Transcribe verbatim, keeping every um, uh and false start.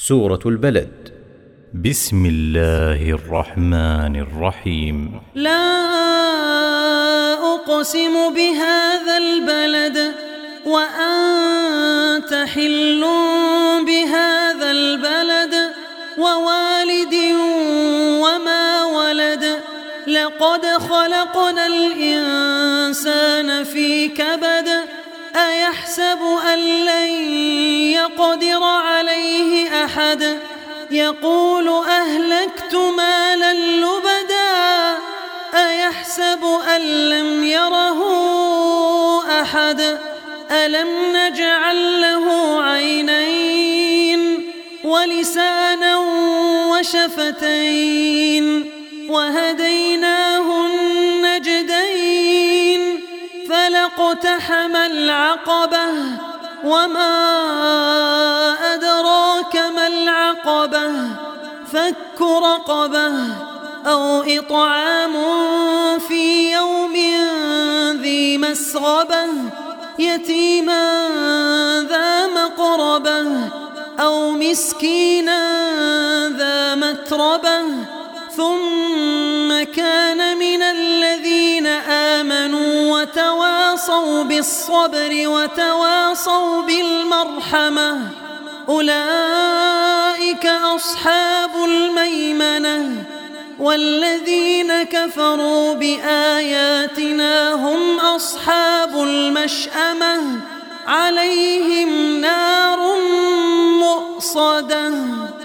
سورة البلد. بسم الله الرحمن الرحيم. لا أقسم بهذا البلد وأنت حل بهذا البلد ووالد وما ولد لقد خلقنا الإنسان في كبد أيحسب أن لن يقدر عليه أحد يقول أهلكت مالا لبدا أيحسب أن لم يره أحد ألم نجعل له عينين ولسانا وشفتين وهديناه النجدين فلاقتحم العقبة وما أدراك ما العقبة فك رقبة أو إطعام في يوم ذي مسغبة يتيما ذا مقربة أو مسكينا ذا متربة ثم كان من الذين آمنوا وتواصوا بالصبر وتواصوا بالمرحمة أولئك أصحاب الميمنة والذين كفروا بآياتنا هم أصحاب المشأمة عليهم نار مؤصدة.